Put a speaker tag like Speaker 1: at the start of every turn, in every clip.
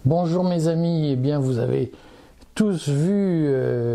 Speaker 1: Bonjour mes amis, eh bien vous avez tous vu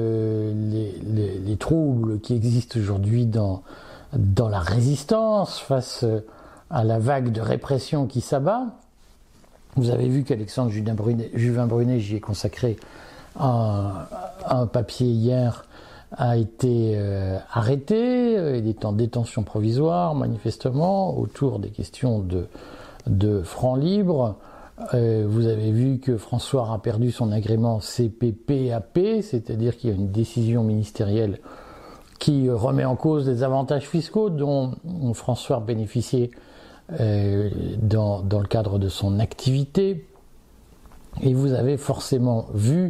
Speaker 1: les troubles qui existent aujourd'hui dans la résistance face à la vague de répression qui s'abat. Vous avez vu qu'Alexandre Juvin Brunet, j'y ai consacré un papier hier, a été arrêté. Il est en détention provisoire manifestement autour des questions de francs libres. Vous avez vu que François a perdu son agrément CPPAP, c'est-à-dire qu'il y a une décision ministérielle qui remet en cause les avantages fiscaux dont François bénéficiait dans le cadre de son activité. Et vous avez forcément vu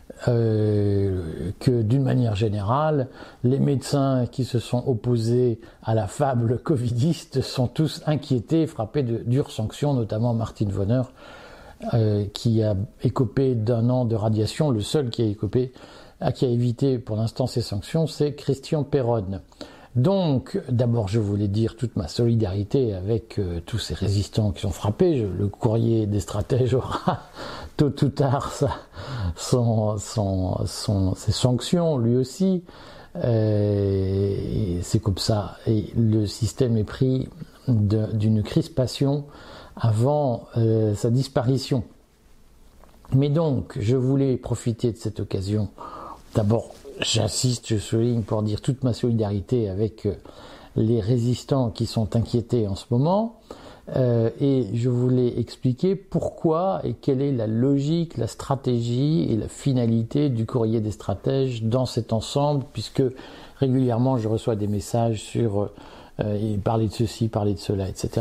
Speaker 1: que d'une manière générale, les médecins qui se sont opposés à la fable covidiste sont tous inquiétés, frappés de dures sanctions, notamment Martine Vonner, qui a écopé d'1 an de radiation. Le seul qui a évité pour l'instant ces sanctions, c'est Christian Péronne. Donc, d'abord, je voulais dire toute ma solidarité avec tous ces résistants qui sont frappés. Le courrier des stratèges aura tôt ou tard ses sanctions, lui aussi. C'est comme ça. Et le système est pris d'une crispation avant sa disparition. Mais donc, je voulais profiter de cette occasion. D'abord, j'insiste, je souligne pour dire toute ma solidarité avec les résistants qui sont inquiétés en ce moment. Et je voulais expliquer pourquoi et quelle est la logique, la stratégie et la finalité du courrier des stratèges dans cet ensemble, puisque régulièrement je reçois des messages sur parler de ceci, parler de cela, etc.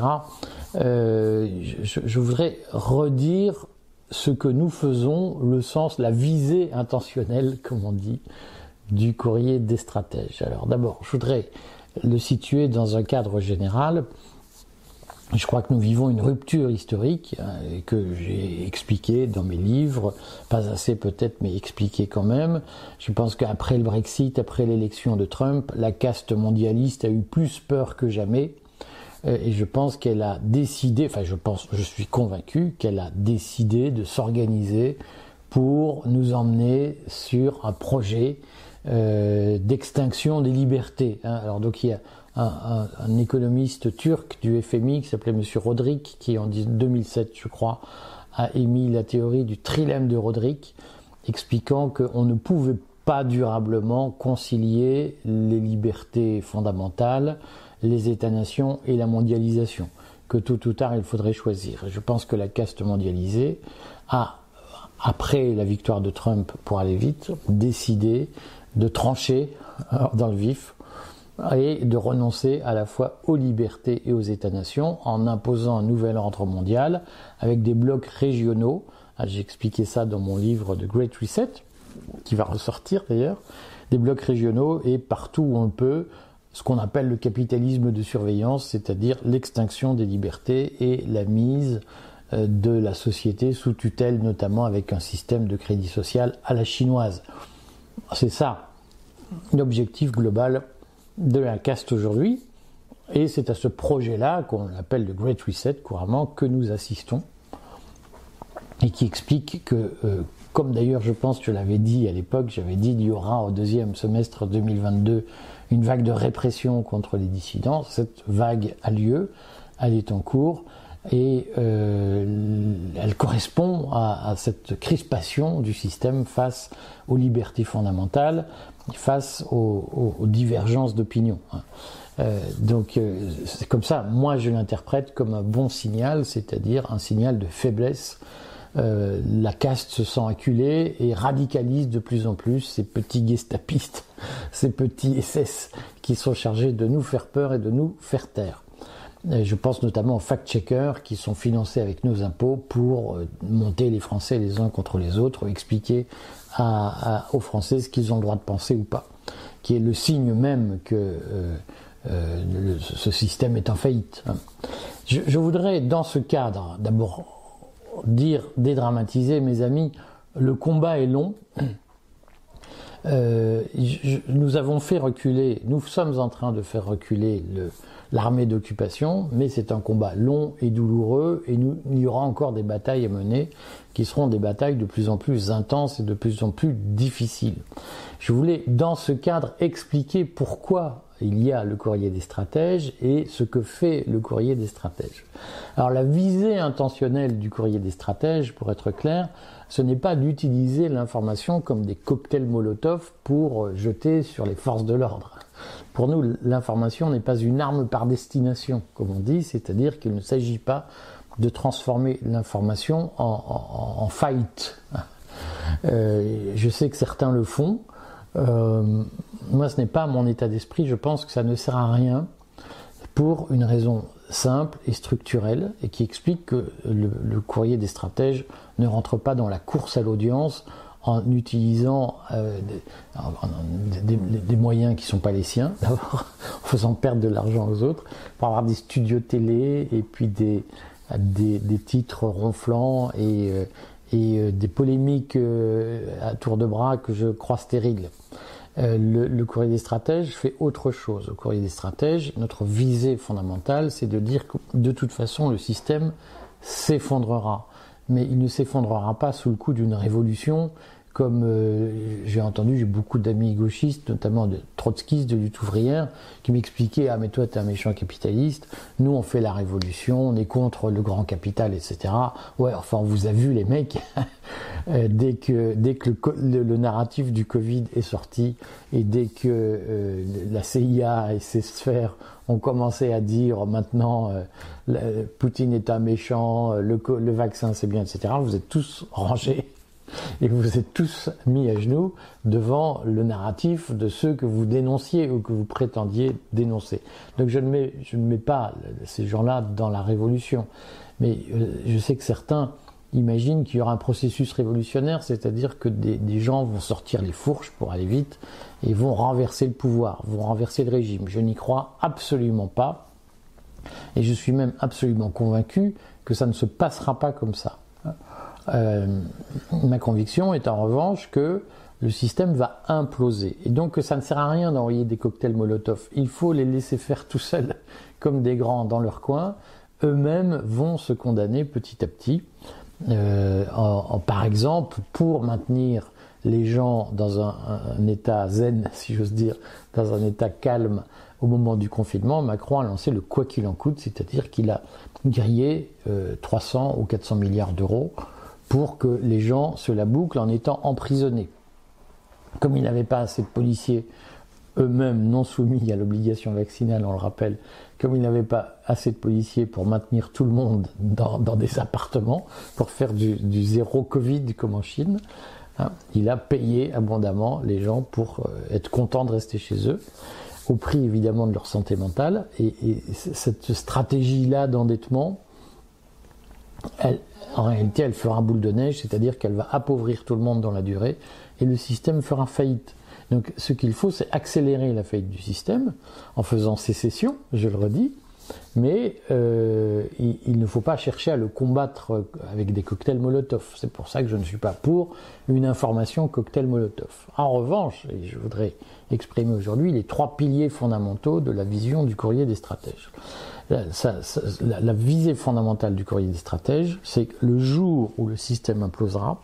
Speaker 1: Je voudrais redire ce que nous faisons, le sens, la visée intentionnelle, comme on dit, du courrier des stratèges. Alors d'abord, je voudrais le situer dans un cadre général. Je crois que nous vivons une rupture historique que j'ai expliqué dans mes livres, pas assez peut-être, mais expliqué quand même. Je pense qu'après le Brexit, après l'élection de Trump, la caste mondialiste a eu plus peur que jamais. Et je pense qu'elle a décidé, je suis convaincu qu'elle a décidé de s'organiser pour nous emmener sur un projet d'extinction des libertés. Alors donc il y a un économiste turc du FMI qui s'appelait Monsieur Rodrik, qui en 2007, je crois, a émis la théorie du trilemme de Rodrik, expliquant qu'on ne pouvait pas durablement concilier les libertés fondamentales, les États-nations et la mondialisation, que tôt ou tard il faudrait choisir. Et je pense que la caste mondialisée a, après la victoire de Trump, pour aller vite, décidé de trancher dans le vif et de renoncer à la fois aux libertés et aux États-nations en imposant un nouvel ordre mondial avec des blocs régionaux. J'ai expliqué ça dans mon livre The Great Reset, qui va ressortir d'ailleurs, des blocs régionaux et partout où on peut, ce qu'on appelle le capitalisme de surveillance, c'est-à-dire l'extinction des libertés et la mise de la société sous tutelle, notamment avec un système de crédit social à la chinoise. C'est ça l'objectif global de la caste aujourd'hui, et c'est à ce projet-là, qu'on appelle le Great Reset couramment, que nous assistons, et qui explique que, comme d'ailleurs je pense que je l'avais dit à l'époque, j'avais dit il y aura au deuxième semestre 2022 une vague de répression contre les dissidents. Cette vague a lieu, elle est en cours, et elle correspond à cette crispation du système face aux libertés fondamentales, face aux divergences d'opinion. Donc c'est comme ça, moi je l'interprète comme un bon signal, c'est-à-dire un signal de faiblesse. La caste se sent acculée et radicalise de plus en plus ces petits gestapistes, ces petits SS qui sont chargés de nous faire peur et de nous faire taire. Je pense notamment aux fact-checkers qui sont financés avec nos impôts pour monter les Français les uns contre les autres, expliquer aux Français ce qu'ils ont le droit de penser ou pas, qui est le signe même que ce système est en faillite. Je voudrais, dans ce cadre, d'abord dédramatiser, mes amis, le combat est long. Nous sommes en train de faire reculer l'armée d'occupation, mais c'est un combat long et douloureux, et il y aura encore des batailles à mener, qui seront des batailles de plus en plus intenses et de plus en plus difficiles. Je voulais, dans ce cadre, expliquer pourquoi il y a le courrier des stratèges et ce que fait le courrier des stratèges. Alors la visée intentionnelle du courrier des stratèges, pour être clair, ce n'est pas d'utiliser l'information comme des cocktails Molotov pour jeter sur les forces de l'ordre. Pour nous, l'information n'est pas une arme par destination, comme on dit, c'est-à-dire qu'il ne s'agit pas de transformer l'information en fight. Je sais que certains le font. Moi, ce n'est pas mon état d'esprit. Je pense que ça ne sert à rien pour une raison simple et structurelle et qui explique que le courrier des stratèges ne rentre pas dans la course à l'audience en utilisant des moyens qui ne sont pas les siens, d'abord, en faisant perdre de l'argent aux autres, pour avoir des studios télé et puis des titres ronflants et des polémiques à tour de bras que je crois stériles. Le courrier des stratèges fait autre chose. Au courrier des stratèges, notre visée fondamentale, c'est de dire que de toute façon, le système s'effondrera. Mais il ne s'effondrera pas sous le coup d'une révolution, comme j'ai beaucoup d'amis gauchistes, notamment de trotskistes, de lutte ouvrière, qui m'expliquaient « Ah mais toi t'es un méchant capitaliste, nous on fait la révolution, on est contre le grand capital, etc. » Ouais, enfin on vous a vu les mecs, dès que le narratif du Covid est sorti, et dès que la CIA et ses sphères ont commencé à dire maintenant Poutine est un méchant, le vaccin c'est bien, etc., vous êtes tous rangés. Et vous vous êtes tous mis à genoux devant le narratif de ceux que vous dénonciez ou que vous prétendiez dénoncer. Donc je ne mets pas ces gens-là dans la révolution. Mais je sais que certains imaginent qu'il y aura un processus révolutionnaire, c'est-à-dire que des gens vont sortir les fourches pour aller vite et vont renverser le pouvoir, vont renverser le régime. Je n'y crois absolument pas. Et je suis même absolument convaincu que ça ne se passera pas comme ça. Ma conviction est en revanche que le système va imploser et donc que ça ne sert à rien d'envoyer des cocktails Molotov. Il faut les laisser faire tout seuls comme des grands dans leur coin. Eux-mêmes vont se condamner petit à petit. Par exemple, pour maintenir les gens dans un état zen, si j'ose dire, dans un état calme au moment du confinement, Macron a lancé le quoi qu'il en coûte, c'est-à-dire qu'il a grillé 300 ou 400 milliards d'euros pour que les gens se la bouclent en étant emprisonnés. Comme il n'avait pas assez de policiers, eux-mêmes non soumis à l'obligation vaccinale, on le rappelle, comme il n'avait pas assez de policiers pour maintenir tout le monde dans des appartements, pour faire du zéro Covid comme en Chine, il a payé abondamment les gens pour être contents de rester chez eux, au prix évidemment de leur santé mentale. Et cette stratégie-là d'endettement, en réalité, elle fera boule de neige, c'est-à-dire qu'elle va appauvrir tout le monde dans la durée et le système fera faillite. Donc ce qu'il faut, c'est accélérer la faillite du système en faisant sécession, je le redis, mais il ne faut pas chercher à le combattre avec des cocktails Molotov. C'est pour ça que je ne suis pas pour une information cocktail Molotov. En revanche, et je voudrais exprimer aujourd'hui les 3 piliers fondamentaux de la vision du courrier des stratèges. La visée fondamentale du courrier des stratèges, c'est que le jour où le système implosera,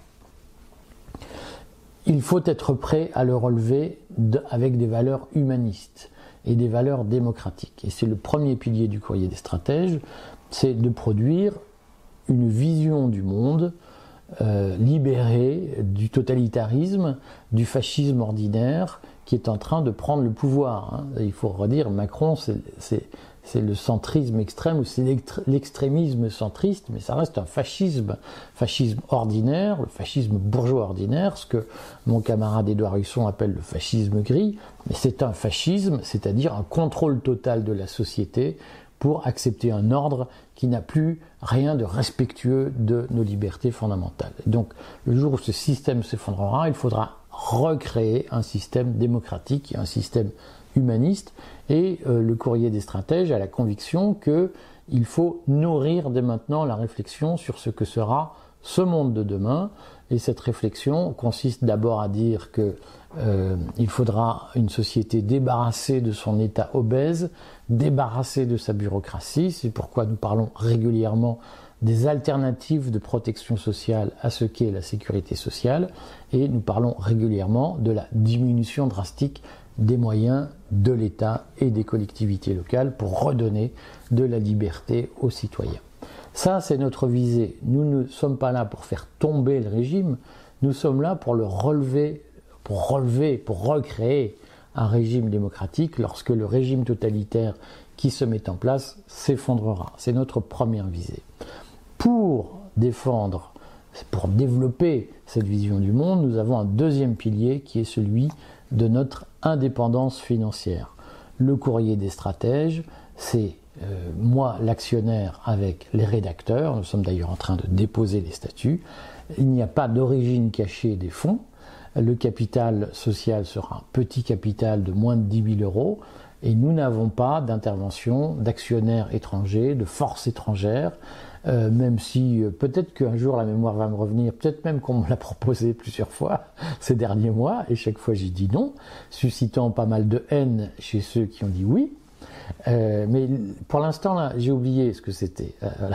Speaker 1: il faut être prêt à le relever avec des valeurs humanistes et des valeurs démocratiques. Et c'est le premier pilier du courrier des stratèges, c'est de produire une vision du monde libérée du totalitarisme, du fascisme ordinaire qui est en train de prendre le pouvoir. Il faut redire, Macron, c'est le centrisme extrême ou c'est l'extrémisme centriste, mais ça reste un fascisme ordinaire, le fascisme bourgeois ordinaire, ce que mon camarade Édouard Husson appelle le fascisme gris, mais c'est un fascisme, c'est-à-dire un contrôle total de la société pour accepter un ordre qui n'a plus rien de respectueux de nos libertés fondamentales. Et donc, le jour où ce système s'effondrera, il faudra recréer un système démocratique, un système humaniste, et le courrier des stratèges a la conviction qu'il faut nourrir dès maintenant la réflexion sur ce que sera ce monde de demain. Et cette réflexion consiste d'abord à dire que il faudra une société débarrassée de son état obèse, débarrassée de sa bureaucratie. C'est pourquoi nous parlons régulièrement des alternatives de protection sociale à ce qu'est la sécurité sociale, et nous parlons régulièrement de la diminution drastique des moyens de l'État et des collectivités locales pour redonner de la liberté aux citoyens. Ça, c'est notre visée. Nous ne sommes pas là pour faire tomber le régime, nous sommes là pour le relever, pour recréer un régime démocratique lorsque le régime totalitaire qui se met en place s'effondrera. C'est notre première visée. Pour développer cette vision du monde, nous avons un deuxième pilier qui est celui de notre indépendance financière. Le courrier des stratèges, c'est moi l'actionnaire avec les rédacteurs, nous sommes d'ailleurs en train de déposer les statuts, il n'y a pas d'origine cachée des fonds, le capital social sera un petit capital de moins de 10 000 euros, et nous n'avons pas d'intervention d'actionnaires étrangers, de forces étrangères, même si peut-être qu'un jour la mémoire va me revenir, peut-être même qu'on me l'a proposé plusieurs fois ces derniers mois, et chaque fois j'ai dit non, suscitant pas mal de haine chez ceux qui ont dit oui. Mais pour l'instant, là, j'ai oublié ce que c'était. Voilà.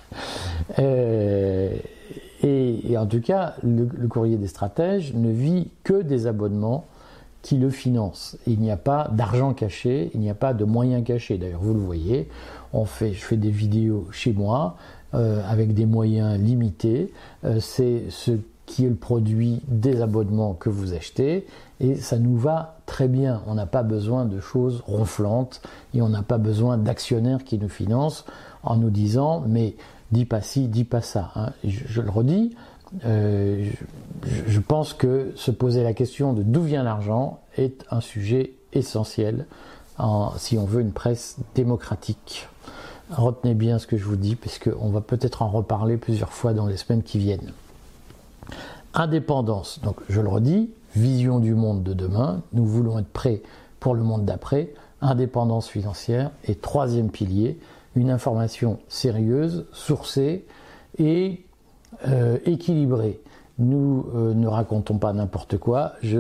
Speaker 1: Et en tout cas, le courrier des stratèges ne vit que des abonnements qui le financent. Il n'y a pas d'argent caché, il n'y a pas de moyens cachés. D'ailleurs, vous le voyez, je fais des vidéos chez moi avec des moyens limités. C'est ce qui est le produit des abonnements que vous achetez, et ça nous va très bien. On n'a pas besoin de choses ronflantes, et on n'a pas besoin d'actionnaires qui nous financent en nous disant « mais dis pas ci, dis pas ça hein. ». Je le redis, je pense que se poser la question de d'où vient l'argent est un sujet essentiel si on veut une presse démocratique. Retenez bien ce que je vous dis, parce qu'on va peut-être en reparler plusieurs fois dans les semaines qui viennent. Indépendance, donc je le redis, vision du monde de demain, nous voulons être prêts pour le monde d'après, indépendance financière, et troisième pilier, une information sérieuse, sourcée et équilibrée. Nous ne racontons pas n'importe quoi, nous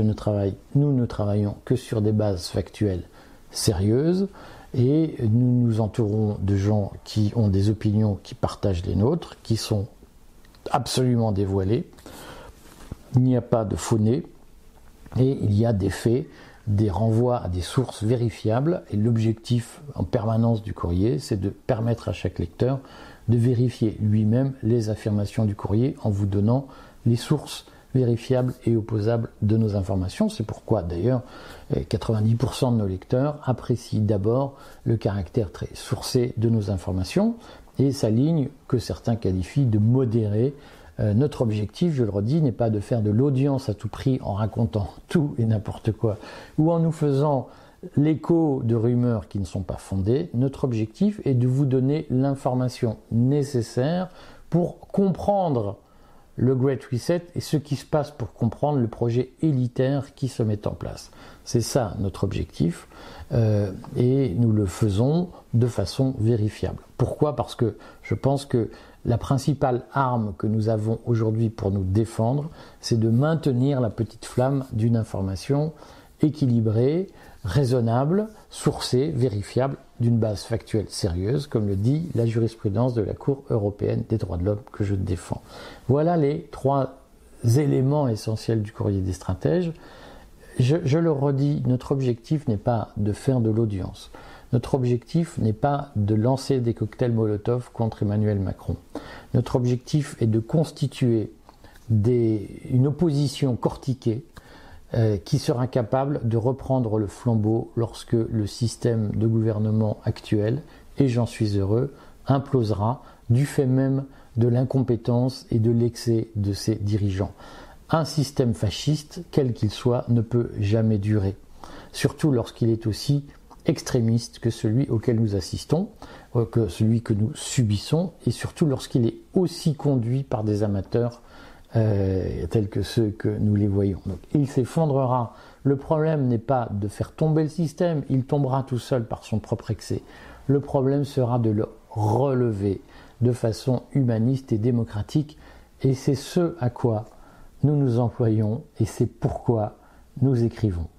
Speaker 1: ne travaillons que sur des bases factuelles sérieuses, et nous nous entourons de gens qui ont des opinions qui partagent les nôtres, qui sont absolument dévoilées. Il n'y a pas de faux nez, et il y a des faits, des renvois à des sources vérifiables, et l'objectif en permanence du courrier, c'est de permettre à chaque lecteur de vérifier lui-même les affirmations du courrier en vous donnant les sources vérifiables et opposables de nos informations. C'est pourquoi d'ailleurs 90% de nos lecteurs apprécient d'abord le caractère très sourcé de nos informations et sa ligne que certains qualifient de modérée. Notre objectif, je le redis, n'est pas de faire de l'audience à tout prix en racontant tout et n'importe quoi ou en nous faisant l'écho de rumeurs qui ne sont pas fondées. Notre objectif est de vous donner l'information nécessaire pour comprendre le Great Reset et ce qui se passe pour comprendre le projet élitaire qui se met en place. C'est ça notre objectif et nous le faisons de façon vérifiable. Pourquoi ? Parce que je pense que la principale arme que nous avons aujourd'hui pour nous défendre, c'est de maintenir la petite flamme d'une information équilibrée, raisonnable, sourcée, vérifiable, d'une base factuelle sérieuse, comme le dit la jurisprudence de la Cour européenne des droits de l'homme que je défends. Voilà les trois éléments essentiels du courrier des stratèges. Je le redis, notre objectif n'est pas de faire de l'audience. Notre objectif n'est pas de lancer des cocktails Molotov contre Emmanuel Macron. Notre objectif est de constituer une opposition cortiquée qui sera capable de reprendre le flambeau lorsque le système de gouvernement actuel, et j'en suis heureux, implosera du fait même de l'incompétence et de l'excès de ses dirigeants. Un système fasciste, quel qu'il soit, ne peut jamais durer, surtout lorsqu'il est aussi extrémiste que celui auquel nous assistons, que celui que nous subissons, et surtout lorsqu'il est aussi conduit par des amateurs tels que ceux que nous les voyons. Donc, il s'effondrera. Le problème n'est pas de faire tomber le système, il tombera tout seul par son propre excès. Le problème sera de le relever de façon humaniste et démocratique Et c'est ce à quoi nous nous employons et c'est pourquoi nous écrivons.